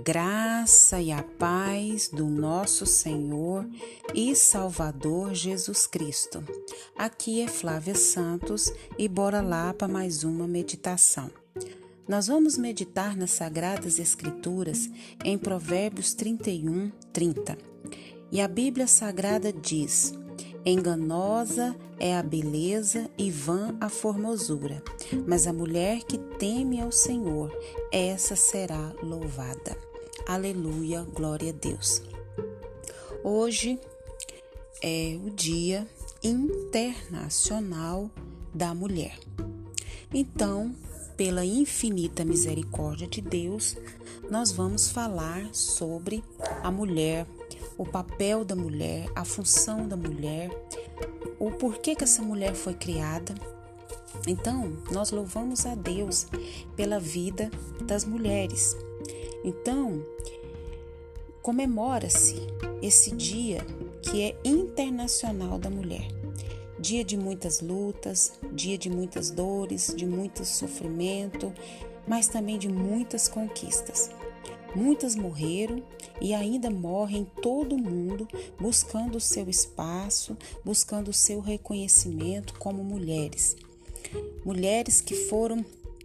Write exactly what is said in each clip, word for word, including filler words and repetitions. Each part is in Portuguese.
graça e a paz do nosso Senhor e Salvador Jesus Cristo. Aqui é Flávia Santos e bora lá para mais uma meditação. Nós vamos meditar nas Sagradas Escrituras em Provérbios trinta e um, trinta. E a Bíblia Sagrada diz: enganosa é a beleza e vã a formosura, mas a mulher que teme ao Senhor, essa será louvada. Aleluia, glória a Deus. Hoje é o Dia Internacional da Mulher. Então, pela infinita misericórdia de Deus, nós vamos falar sobre a mulher, o papel da mulher, a função da mulher, o porquê que essa mulher foi criada. Então, nós louvamos a Deus pela vida das mulheres. Então, comemora-se esse dia que é internacional da mulher. Dia de muitas lutas, dia de muitas dores, de muito sofrimento, mas também de muitas conquistas. Muitas morreram e ainda morrem todo mundo buscando o seu espaço, buscando o seu reconhecimento como mulheres. Mulheres que foram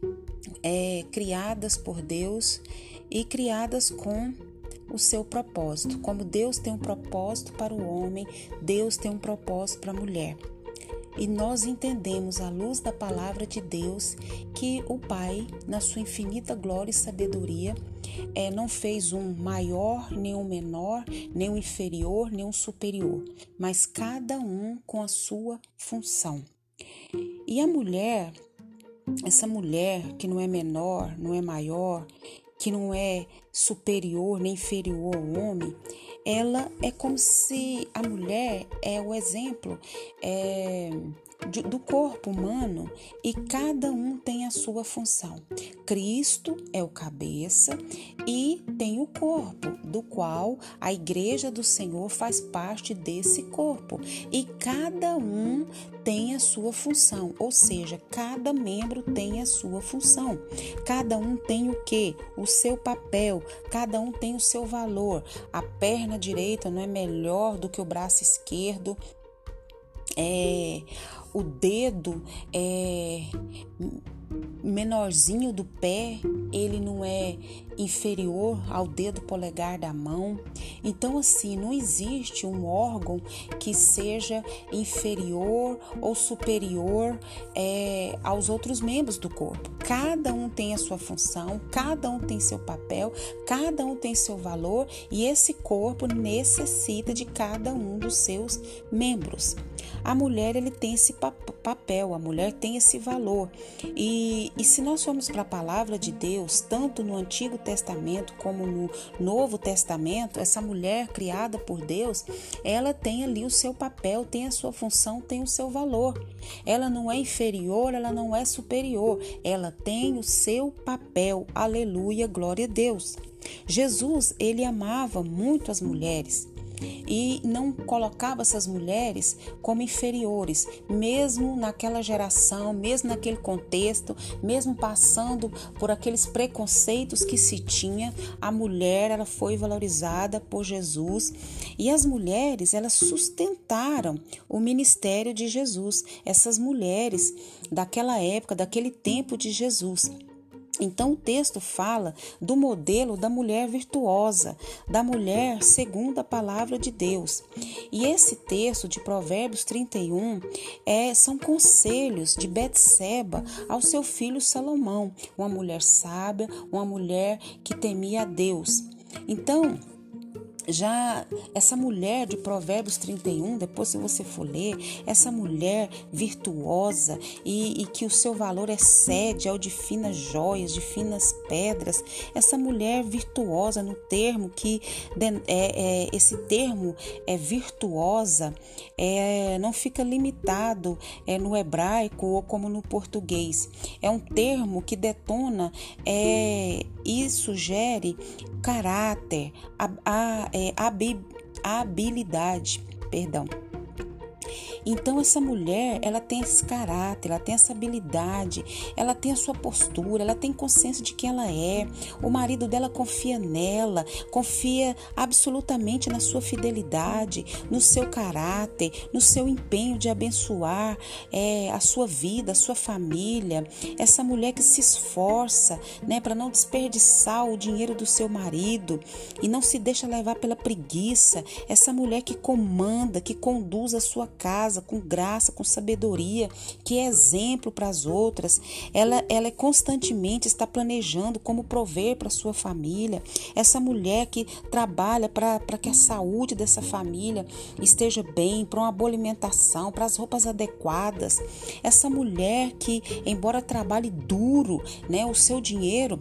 é, criadas por Deus e criadas com o seu propósito. Como Deus tem um propósito para o homem, Deus tem um propósito para a mulher. E nós entendemos à luz da palavra de Deus que o Pai, na sua infinita glória e sabedoria, é, não fez um maior, nem um menor, nem um inferior, nem um superior, mas cada um com a sua função. E a mulher, essa mulher que não é menor, não é maior, que não é superior nem inferior ao homem, ela é como se a mulher é o exemplo é, de, do corpo humano e cada um tem a sua função. Cristo é o cabeça e tem o corpo, do qual a igreja do Senhor faz parte desse corpo. E cada um tem a sua função, ou seja, cada membro tem a sua função. Cada um tem o quê? O seu papel, cada um tem o seu valor. A perna direita não é melhor do que o braço esquerdo. É, o dedo é menorzinho do pé, ele não é inferior ao dedo polegar da mão. Então, assim, não existe um órgão que seja inferior ou superior é, aos outros membros do corpo. Cada um tem a sua função, cada um tem seu papel, cada um tem seu valor e esse corpo necessita de cada um dos seus membros. A mulher, ele tem esse papel, a mulher tem esse valor. E, e se nós formos para a palavra de Deus, tanto no Antigo Testamento como no Novo Testamento, essa mulher criada por Deus, ela tem ali o seu papel, tem a sua função, tem o seu valor. Ela não é inferior, ela não é superior, ela tem o seu papel. Aleluia, glória a Deus. Jesus, ele amava muito as mulheres e não colocava essas mulheres como inferiores, mesmo naquela geração, mesmo naquele contexto, mesmo passando por aqueles preconceitos que se tinha, a mulher, ela foi valorizada por Jesus e as mulheres, elas sustentaram o ministério de Jesus, essas mulheres daquela época, daquele tempo de Jesus. Então o texto fala do modelo da mulher virtuosa, da mulher segundo a palavra de Deus. E esse texto de Provérbios trinta e um é, são conselhos de Betseba ao seu filho Salomão, uma mulher sábia, uma mulher que temia a Deus. Então, já essa mulher de Provérbios trinta e um, depois se você for ler, essa mulher virtuosa e, e que o seu valor excede ao de finas joias, de finas pedras, essa mulher virtuosa no termo que é, é, esse termo é virtuosa, é, não fica limitado é, no hebraico ou como no português, é um termo que detona é, e sugere caráter, a, a, é, a habilidade, perdão. Então essa mulher, ela tem esse caráter, ela tem essa habilidade, ela tem a sua postura, ela tem consciência de quem ela é. O marido dela confia nela, confia absolutamente na sua fidelidade, no seu caráter, no seu empenho de abençoar é, a sua vida, a sua família. Essa mulher que se esforça, né, para não desperdiçar o dinheiro do seu marido e não se deixa levar pela preguiça. Essa mulher que comanda, que conduz a sua casa com graça, com sabedoria, que é exemplo para as outras. Ela, ela constantemente está planejando como prover para sua família. Essa mulher que trabalha para que a saúde dessa família esteja bem, para uma boa alimentação, para as roupas adequadas. Essa mulher que, embora trabalhe duro, né, o seu dinheiro,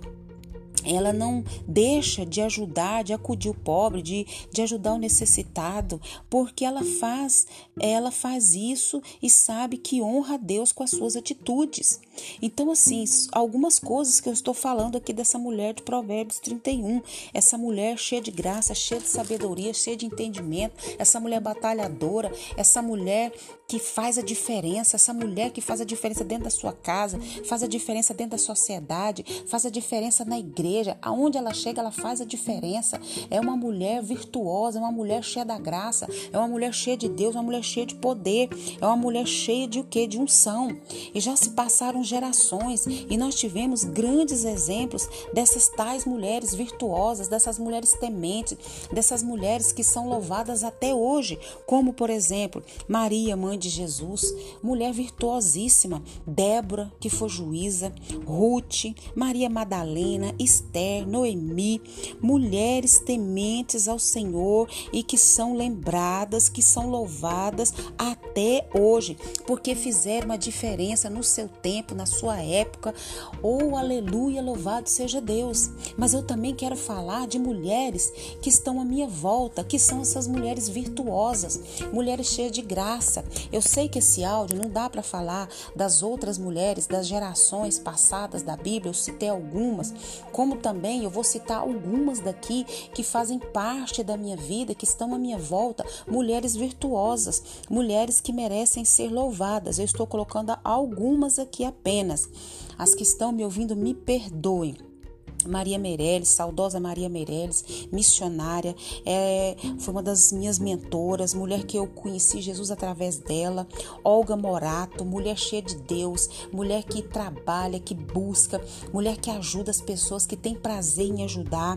ela não deixa de ajudar, de acudir o pobre, de, de ajudar o necessitado, porque ela faz, ela faz isso e sabe que honra a Deus com as suas atitudes. Então, assim, algumas coisas que eu estou falando aqui dessa mulher de Provérbios trinta e um, essa mulher cheia de graça, cheia de sabedoria, cheia de entendimento, essa mulher batalhadora, essa mulher que faz a diferença, essa mulher que faz a diferença dentro da sua casa, faz a diferença dentro da sociedade, faz a diferença na igreja, aonde ela chega ela faz a diferença. É uma mulher virtuosa, é uma mulher cheia da graça, é uma mulher cheia de Deus, uma mulher cheia de poder, é uma mulher cheia de o quê? De unção. E já se passaram gerações e nós tivemos grandes exemplos dessas tais mulheres virtuosas, dessas mulheres tementes, dessas mulheres que são louvadas até hoje, como por exemplo, Maria, mãe de Jesus, mulher virtuosíssima, Débora, que foi juíza, Ruth, Maria Madalena, Esther, Noemi, mulheres tementes ao Senhor e que são lembradas, que são louvadas até hoje, porque fizeram uma diferença no seu tempo, na sua época. Oh, aleluia, louvado seja Deus. Mas eu também quero falar de mulheres que estão à minha volta, que são essas mulheres virtuosas, mulheres cheias de graça. Eu sei que esse áudio não dá para falar das outras mulheres, das gerações passadas da Bíblia, eu citei algumas, como também eu vou citar algumas daqui que fazem parte da minha vida, que estão à minha volta, mulheres virtuosas, mulheres que merecem ser louvadas. Eu estou colocando algumas aqui apenas. As que estão me ouvindo, me perdoem. Maria Meirelles, saudosa Maria Meirelles, missionária, é, foi uma das minhas mentoras, mulher que eu conheci Jesus através dela. Olga Morato, mulher cheia de Deus, mulher que trabalha, que busca, mulher que ajuda as pessoas, que tem prazer em ajudar.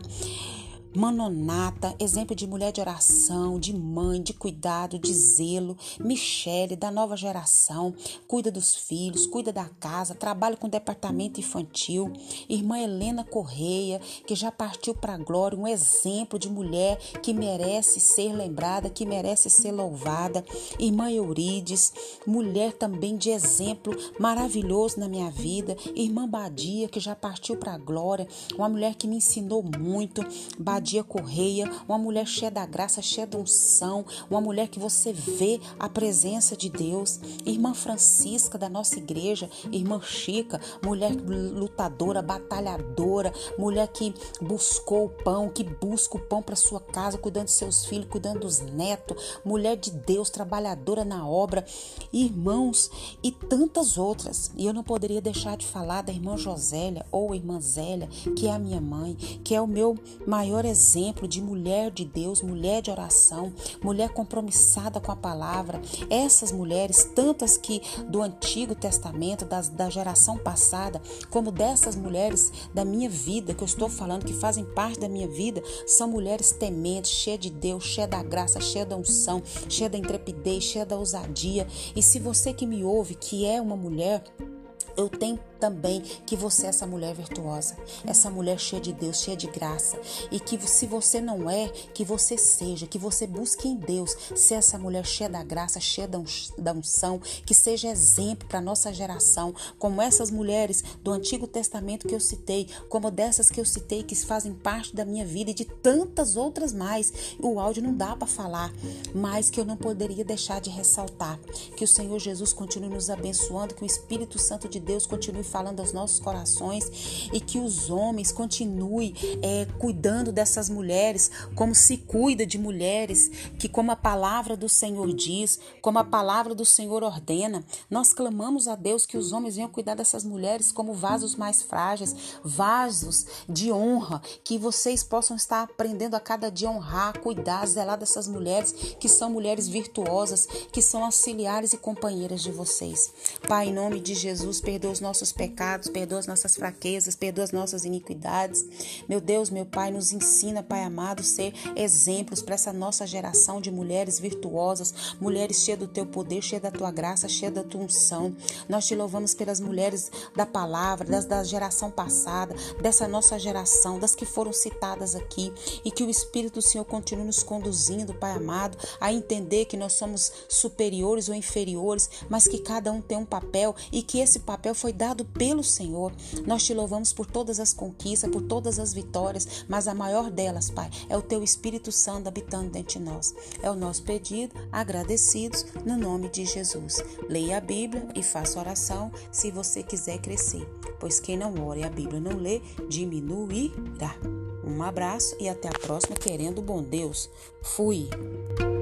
Manonata, exemplo de mulher de oração, de mãe, de cuidado, de zelo. Michele, da nova geração, cuida dos filhos, cuida da casa, trabalha com o departamento infantil. Irmã Helena Correia, que já partiu para a glória, um exemplo de mulher que merece ser lembrada, que merece ser louvada. Irmã Eurides, mulher também de exemplo maravilhoso na minha vida. Irmã Badia, que já partiu para a glória, uma mulher que me ensinou muito. Badia Correia, uma mulher cheia da graça, cheia da unção, uma mulher que você vê a presença de Deus. Irmã Francisca da nossa igreja, irmã Chica, mulher lutadora, batalhadora, mulher que buscou o pão, que busca o pão para sua casa, cuidando dos seus filhos, cuidando dos netos, mulher de Deus, trabalhadora na obra, irmãos e tantas outras. E eu não poderia deixar de falar da irmã Josélia ou irmã Zélia, que é a minha mãe, que é o meu maior exemplo exemplo de mulher de Deus, mulher de oração, mulher compromissada com a palavra. Essas mulheres, tantas que do Antigo Testamento, das, da geração passada, como dessas mulheres da minha vida, que eu estou falando, que fazem parte da minha vida, são mulheres tementes, cheias de Deus, cheias da graça, cheias da unção, cheias da intrepidez, cheias da ousadia. E se você que me ouve, que é uma mulher, eu tenho também que você é essa mulher virtuosa, essa mulher cheia de Deus, cheia de graça, e que se você não é, que você seja, que você busque em Deus ser essa mulher cheia da graça, cheia da unção, que seja exemplo para a nossa geração, como essas mulheres do Antigo Testamento que eu citei, como dessas que eu citei, que fazem parte da minha vida e de tantas outras mais. O áudio não dá para falar, mas que eu não poderia deixar de ressaltar, que o Senhor Jesus continue nos abençoando, que o Espírito Santo de Deus continue falando aos nossos corações, e que os homens continuem é, cuidando dessas mulheres como se cuida de mulheres, que como a palavra do Senhor diz, como a palavra do Senhor ordena. Nós clamamos a Deus que os homens venham cuidar dessas mulheres como vasos mais frágeis, vasos de honra, que vocês possam estar aprendendo a cada dia a honrar, cuidar, zelar dessas mulheres que são mulheres virtuosas, que são auxiliares e companheiras de vocês. Pai, em nome de Jesus, perdoa os nossos pecados, perdoa as nossas fraquezas, perdoa as nossas iniquidades. Meu Deus, meu Pai, nos ensina, Pai amado, ser exemplos para essa nossa geração de mulheres virtuosas, mulheres cheias do Teu poder, cheias da Tua graça, cheias da Tua unção. Nós Te louvamos pelas mulheres da palavra, das da geração passada, dessa nossa geração, das que foram citadas aqui, e que o Espírito do Senhor continue nos conduzindo, Pai amado, a entender que nós somos superiores ou inferiores, mas que cada um tem um papel e que esse papel foi dado pelo Senhor. Nós Te louvamos por todas as conquistas, por todas as vitórias, mas a maior delas, Pai, é o Teu Espírito Santo habitando dentro de nós. É o nosso pedido, agradecidos, no nome de Jesus. Leia a Bíblia e faça oração se você quiser crescer, pois quem não ora e a Bíblia não lê, diminuirá. Um abraço e até a próxima, querendo o bom Deus. Fui!